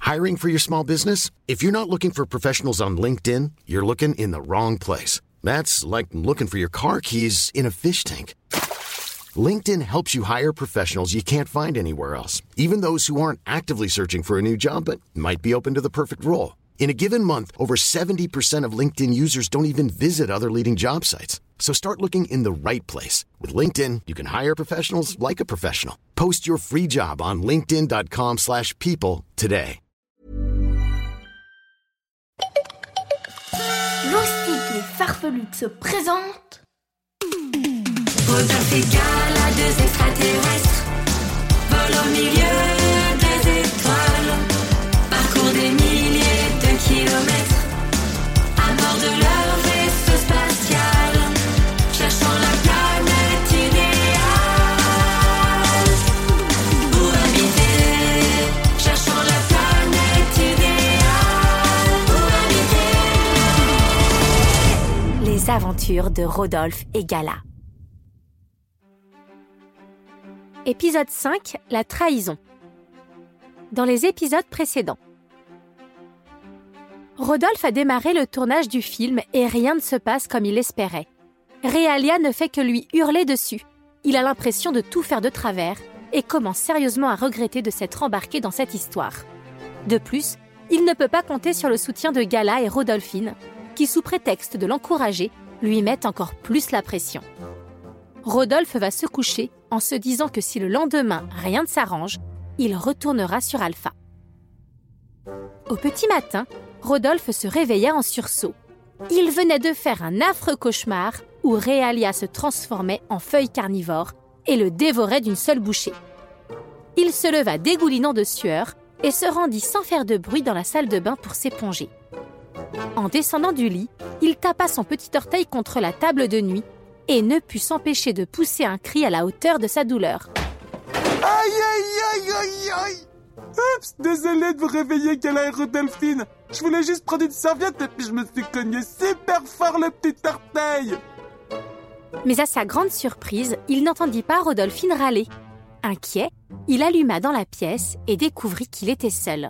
Hiring for your small business? If you're not looking for professionals on LinkedIn, you're looking in the wrong place. That's like looking for your car keys in a fish tank. LinkedIn helps you hire professionals you can't find anywhere else, even those who aren't actively searching for a new job but might be open to the perfect role. In a given month, over 70% of LinkedIn users don't even visit other leading job sites. So start looking in the right place. With LinkedIn, you can hire professionals like a professional. Post your free job on linkedin.com/people today. Loustique les Farfelux se présente Rodolphe et Gala, deux extraterrestres, volent au milieu des étoiles, parcourent des milliers de kilomètres, à bord de leur vaisseau spatial, cherchant la planète idéale. Pour habiter, cherchant la planète idéale. Pour habiter. Les aventures de Rodolphe et Gala. Épisode 5, la trahison. Dans les épisodes précédents, Rodolphe a démarré le tournage du film et rien ne se passe comme il l'espérait. Réalia ne fait que lui hurler dessus. Il a l'impression de tout faire de travers et commence sérieusement à regretter de s'être embarqué dans cette histoire. De plus, il ne peut pas compter sur le soutien de Gala et Rodolphine, qui sous prétexte de l'encourager, lui mettent encore plus la pression. Rodolphe va se coucher en se disant que si le lendemain rien ne s'arrange, il retournera sur Alpha. Au petit matin, Rodolphe se réveilla en sursaut. Il venait de faire un affreux cauchemar où Réalia se transformait en feuille carnivore et le dévorait d'une seule bouchée. Il se leva dégoulinant de sueur et se rendit sans faire de bruit dans la salle de bain pour s'éponger. En descendant du lit, il tapa son petit orteil contre la table de nuit et ne put s'empêcher de pousser un cri à la hauteur de sa douleur. Aïe, aïe, aïe, aïe, aïe! Oups, désolé de vous réveiller, Gala et Rodolphine. Je voulais juste prendre une serviette et puis je me suis cogné super fort le petit orteil. Mais à sa grande surprise, il n'entendit pas Rodolphine râler. Inquiet, il alluma dans la pièce et découvrit qu'il était seul.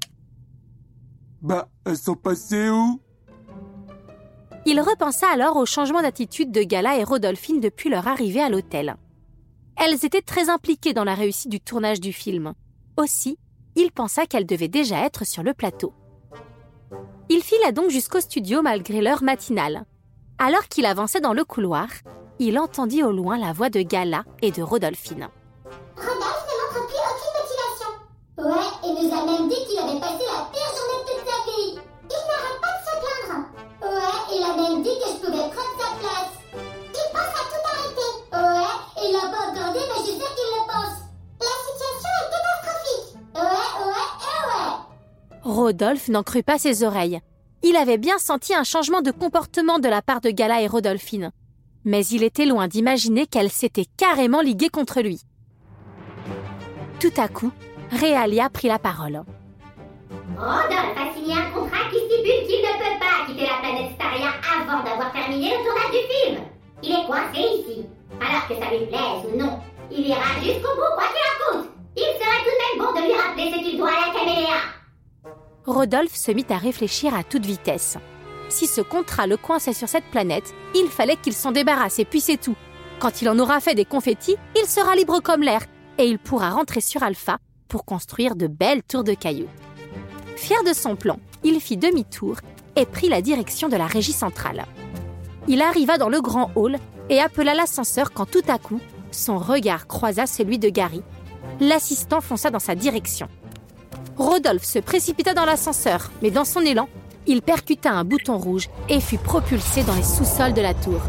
Bah, elles sont passées où? Il repensa alors au changement d'attitude de Gala et Rodolphine depuis leur arrivée à l'hôtel. Elles étaient très impliquées dans la réussite du tournage du film. Aussi, il pensa qu'elles devaient déjà être sur le plateau. Il fila donc jusqu'au studio malgré l'heure matinale. Alors qu'il avançait dans le couloir, il entendit au loin la voix de Gala et de Rodolphine. Rodolphe ne montre plus aucune motivation. Ouais, et nous a même dit qu'il avait passé la pire journée de toute sa vie. Il n'arrête pas de se plaindre. Ouais, il a même dit que je pouvais prendre sa place. Il pense à tout arrêter. Ouais, il l'a pas accordé, mais je sais qu'il le pense. La situation est catastrophique. Ouais. Rodolphe n'en crut pas ses oreilles. Il avait bien senti un changement de comportement de la part de Gala et Rodolphine. Mais il était loin d'imaginer qu'elles s'étaient carrément liguées contre lui. Tout à coup, Réalia prit la parole. Rodolphe a signé un contrat qui stipule qu'il ne peut pas quitter la planète Staria avant d'avoir terminé le tournage du film. Il est coincé ici. Alors que ça lui plaise ou non, il ira jusqu'au bout quoi qu'il en coûte. Il serait tout de même bon de lui rappeler ce qu'il doit à la caméléa. Rodolphe se mit à réfléchir à toute vitesse. Si ce contrat le coinçait sur cette planète, il fallait qu'il s'en débarrasse et puis c'est tout. Quand il en aura fait des confettis, il sera libre comme l'air et il pourra rentrer sur Alpha pour construire de belles tours de cailloux. Fier de son plan, il fit demi-tour et prit la direction de la régie centrale. Il arriva dans le grand hall et appela l'ascenseur quand tout à coup, son regard croisa celui de Gary. L'assistant fonça dans sa direction. Rodolphe se précipita dans l'ascenseur, mais dans son élan, il percuta un bouton rouge et fut propulsé dans les sous-sols de la tour.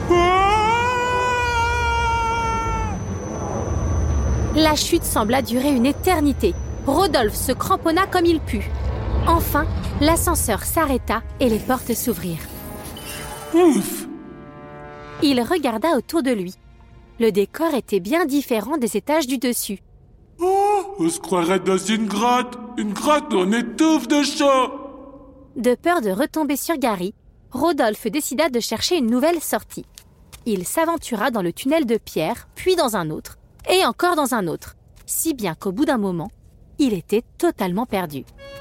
La chute sembla durer une éternité. Rodolphe se cramponna comme il put. Enfin, l'ascenseur s'arrêta et les portes s'ouvrirent. Ouf! Il regarda autour de lui. Le décor était bien différent des étages du dessus. Oh, on se croirait dans une grotte où on étouffe de chaud. De peur de retomber sur Gary, Rodolphe décida de chercher une nouvelle sortie. Il s'aventura dans le tunnel de pierre, puis dans un autre, et encore dans un autre, si bien qu'au bout d'un moment, il était totalement perdu.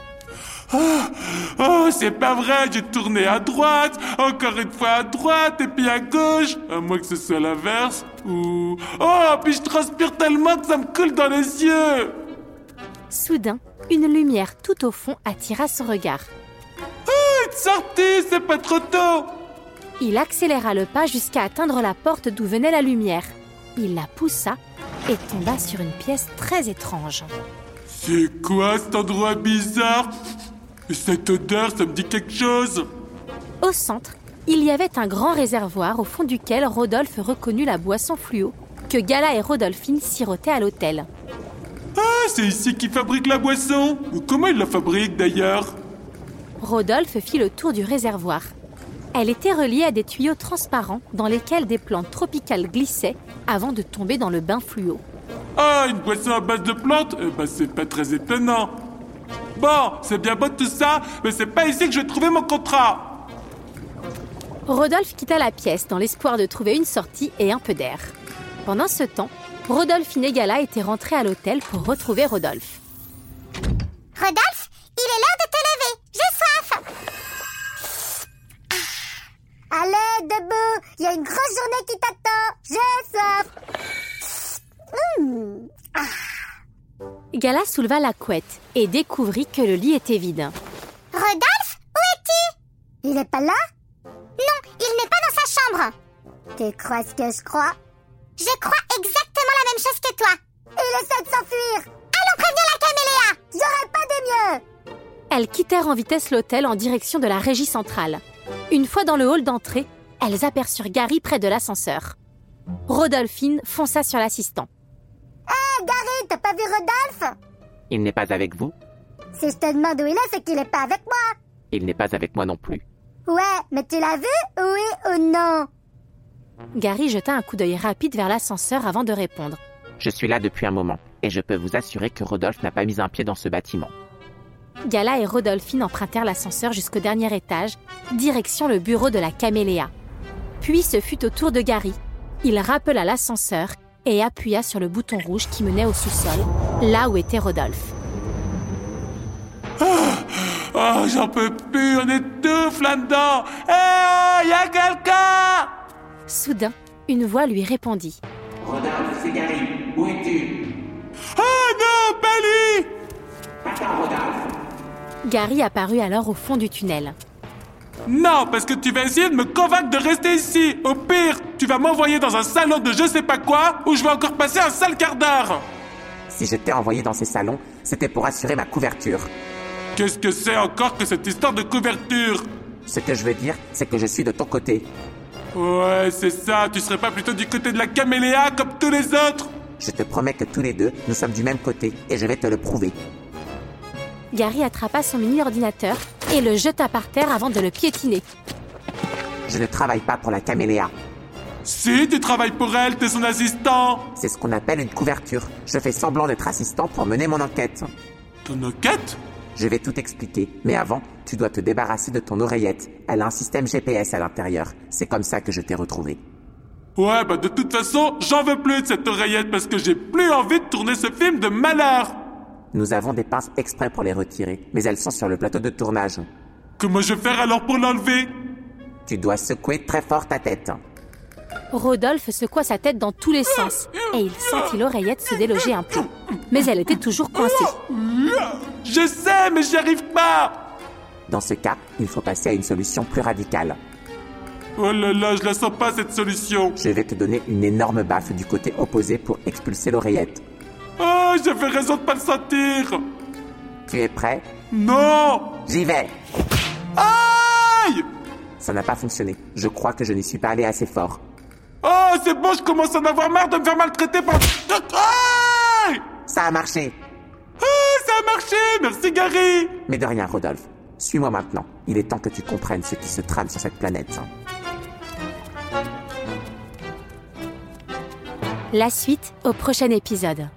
Oh, c'est pas vrai, j'ai tourné à droite, encore une fois à droite, et puis à gauche, à moins que ce soit l'inverse, ou... Oh, puis je transpire tellement que ça me coule dans les yeux. Soudain, une lumière tout au fond attira son regard. Une sortie, c'est pas trop tôt. Il accéléra le pas jusqu'à atteindre la porte d'où venait la lumière. Il la poussa et tomba sur une pièce très étrange. C'est quoi cet endroit bizarre? Et cette odeur, ça me dit quelque chose. Au centre, il y avait un grand réservoir au fond duquel Rodolphe reconnut la boisson fluo que Gala et Rodolphine sirotaient à l'hôtel. Ah, c'est ici qu'ils fabriquent la boisson. Ou comment ils la fabriquent d'ailleurs? Rodolphe fit le tour du réservoir. Elle était reliée à des tuyaux transparents dans lesquels des plantes tropicales glissaient avant de tomber dans le bain fluo. Ah, une boisson à base de plantes? Eh ben, c'est pas très étonnant. Bon, c'est bien beau tout ça, mais c'est pas ici que je vais trouver mon contrat. Rodolphe quitta la pièce dans l'espoir de trouver une sortie et un peu d'air. Pendant ce temps, Rodolphine et Gala étaient rentrés à l'hôtel pour retrouver Rodolphe. Rodolphe, il est l'heure de te lever. J'ai soif. Allez, debout. Il y a une grosse journée qui t'attend. J'ai soif. Gala souleva la couette et découvrit que le lit était vide. Rodolphe, où es-tu? Il est pas là? Non, il n'est pas dans sa chambre. Tu crois ce que je crois? Je crois exactement la même chose que toi. Il essaie de s'enfuir. Allons prévenir la caméléa. J'aurais pas de mieux. Elles quittèrent en vitesse l'hôtel en direction de la régie centrale. Une fois dans le hall d'entrée, elles aperçurent Gary près de l'ascenseur. Rodolphine fonça sur l'assistant. Hé, Gary, t'as pas vu Rodolphe? Il n'est pas avec vous? Si je te demande où il est, c'est qu'il est pas avec moi. Il n'est pas avec moi non plus. Ouais, mais tu l'as vu, oui ou non? Gary jeta un coup d'œil rapide vers l'ascenseur avant de répondre. Je suis là depuis un moment, et je peux vous assurer que Rodolphe n'a pas mis un pied dans ce bâtiment. Gala et Rodolphine empruntèrent l'ascenseur jusqu'au dernier étage, direction le bureau de la caméléa. Puis ce fut au tour de Gary. Il rappela l'ascenseur et appuya sur le bouton rouge qui menait au sous-sol, là où était Rodolphe. Oh, j'en peux plus, on étouffe là-dedans. Hé, y a quelqu'un? Soudain, une voix lui répondit. Rodolphe, c'est Gary. Où es-tu? Oh non, pas lui! Attends, Rodolphe. Gary apparut alors au fond du tunnel. Non, parce que tu vas essayer de me convaincre de rester ici. Au pire, tu vas m'envoyer dans un salon de je sais pas quoi, où je vais encore passer un sale quart d'heure. Si je t'ai envoyé dans ces salons, c'était pour assurer ma couverture. Qu'est-ce que c'est encore que cette histoire de couverture? Ce que je veux dire, c'est que je suis de ton côté. Ouais, c'est ça, tu serais pas plutôt du côté de la caméléa comme tous les autres? Je te promets que tous les deux, nous sommes du même côté, et je vais te le prouver. Gary attrapa son mini-ordinateur et le jeta par terre avant de le piétiner. Je ne travaille pas pour la caméléa. Si, tu travailles pour elle, t'es son assistant. C'est ce qu'on appelle une couverture. Je fais semblant d'être assistant pour mener mon enquête. Ton enquête? Je vais tout expliquer, mais avant, tu dois te débarrasser de ton oreillette. Elle a un système GPS à l'intérieur. C'est comme ça que je t'ai retrouvé. Ouais, bah de toute façon, j'en veux plus de cette oreillette parce que j'ai plus envie de tourner ce film de malheur. Nous avons des pinces exprès pour les retirer, mais elles sont sur le plateau de tournage. Comment je vais faire alors pour l'enlever? Tu dois secouer très fort ta tête. Rodolphe secoua sa tête dans tous les sens et il sentit l'oreillette se déloger un peu. Mais elle était toujours coincée. Je sais, mais j'y arrive pas. Dans ce cas, il faut passer à une solution plus radicale. Oh là là, je la sens pas cette solution. Je vais te donner une énorme baffe du côté opposé pour expulser l'oreillette. Oh, j'avais raison de pas le sentir. Tu es prêt? Non. J'y vais! Aïe! Ça n'a pas fonctionné. Je crois que je n'y suis pas allé assez fort. Oh, c'est bon, je commence à en avoir marre de me faire maltraiter par... Aïe! Ça a marché! Oh, ça a marché! Merci, Gary! Mais de rien, Rodolphe. Suis-moi maintenant. Il est temps que tu comprennes ce qui se trame sur cette planète. La suite au prochain épisode.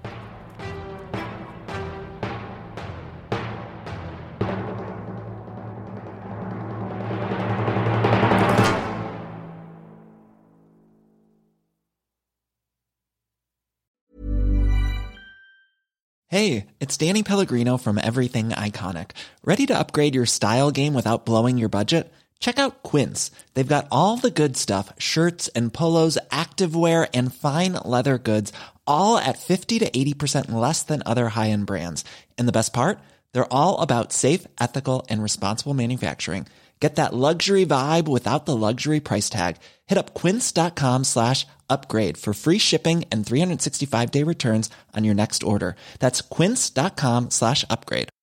Hey, it's Danny Pellegrino from Everything Iconic. Ready to upgrade your style game without blowing your budget? Check out Quince. They've got all the good stuff, shirts and polos, activewear, and fine leather goods, all at 50 to 80% less than other high-end brands. And the best part? They're all about safe, ethical, and responsible manufacturing. Get that luxury vibe without the luxury price tag. Hit up quince.com/upgrade for free shipping and 365-day returns on your next order. That's quince.com/upgrade.